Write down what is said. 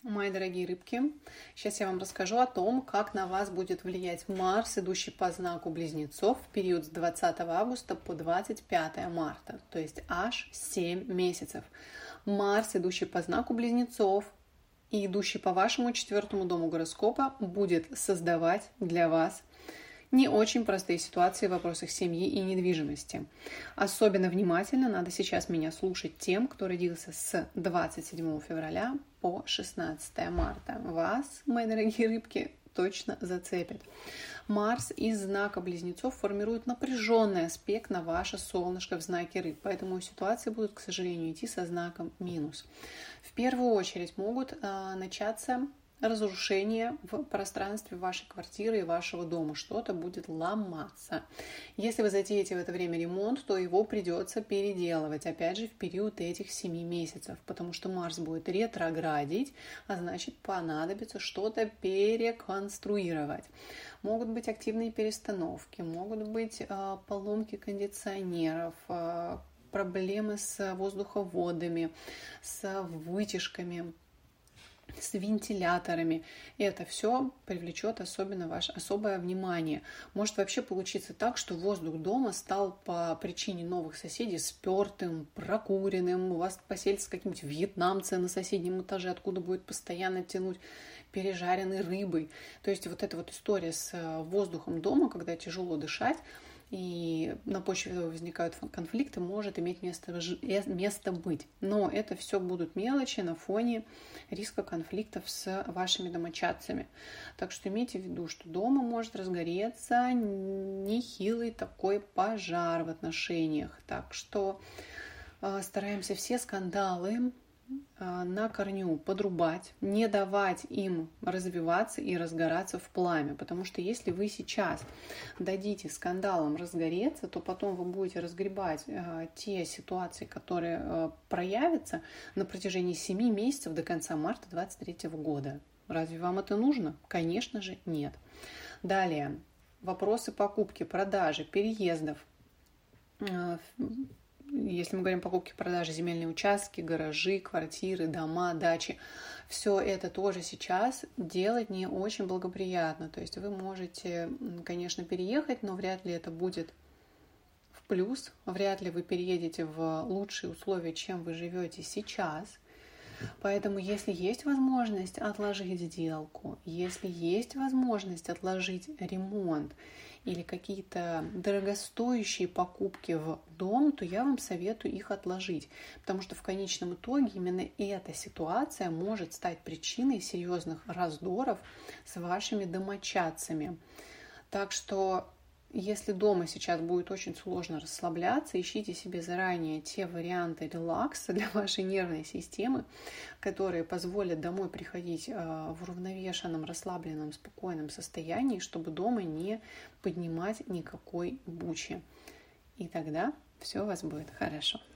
Мои дорогие рыбки, сейчас я вам расскажу о том, как на вас будет влиять Марс, идущий по знаку Близнецов в период с 20 августа по 25 марта, то есть аж 7 месяцев. Марс, идущий по знаку Близнецов и идущий по вашему 4-му дому гороскопа, будет создавать для вас не очень простые ситуации в вопросах семьи и недвижимости. Особенно внимательно надо сейчас меня слушать тем, кто родился с 27 февраля по 16 марта. Вас, мои дорогие рыбки, точно зацепит. Марс из знака Близнецов формирует напряженный аспект на ваше солнышко в знаке Рыб, поэтому ситуации будут, к сожалению, идти со знаком минус. В первую очередь могут начаться разрушение в пространстве вашей квартиры и вашего дома. Что-то будет ломаться. Если вы затеете в это время ремонт, то его придется переделывать, опять же, в период этих 7 месяцев, потому что Марс будет ретроградить, а значит, понадобится что-то переконструировать. Могут быть активные перестановки, могут быть поломки кондиционеров, проблемы с воздуховодами, с вытяжками, с вентиляторами. И это все привлечет особенно ваше особое внимание. Может вообще получиться так, что воздух дома стал по причине новых соседей спертым, прокуренным. У вас поселится какие-нибудь вьетнамцы на соседнем этаже, откуда будет постоянно тянуть пережаренной рыбой. То есть вот эта вот история с воздухом дома, когда тяжело дышать, и на почве этого возникают конфликты, может иметь место быть. Но это все будут мелочи на фоне риска конфликтов с вашими домочадцами. Так что имейте в виду, что дома может разгореться нехилый такой пожар в отношениях. Так что стараемся все скандалы на корню подрубать, не давать им развиваться и разгораться в пламя. Потому что если вы сейчас дадите скандалам разгореться, то потом вы будете разгребать те ситуации, которые проявятся на протяжении 7 месяцев до конца марта 2023 года. Разве вам это нужно? Конечно же, нет. Далее. Вопросы покупки, продажи, переездов. Если мы говорим покупки, продажи, земельные участки, гаражи, квартиры, дома, дачи, все это тоже сейчас делать не очень благоприятно. То есть вы можете, конечно, переехать, но вряд ли это будет в плюс, вряд ли вы переедете в лучшие условия, чем вы живете сейчас. Поэтому, если есть возможность отложить сделку, если есть возможность отложить ремонт или какие-то дорогостоящие покупки в дом, то я вам советую их отложить. Потому что в конечном итоге именно эта ситуация может стать причиной серьезных раздоров с вашими домочадцами. Так что если дома сейчас будет очень сложно расслабляться, ищите себе заранее те варианты релакса для вашей нервной системы, которые позволят домой приходить в уравновешенном, расслабленном, спокойном состоянии, чтобы дома не поднимать никакой бучи. И тогда все у вас будет хорошо.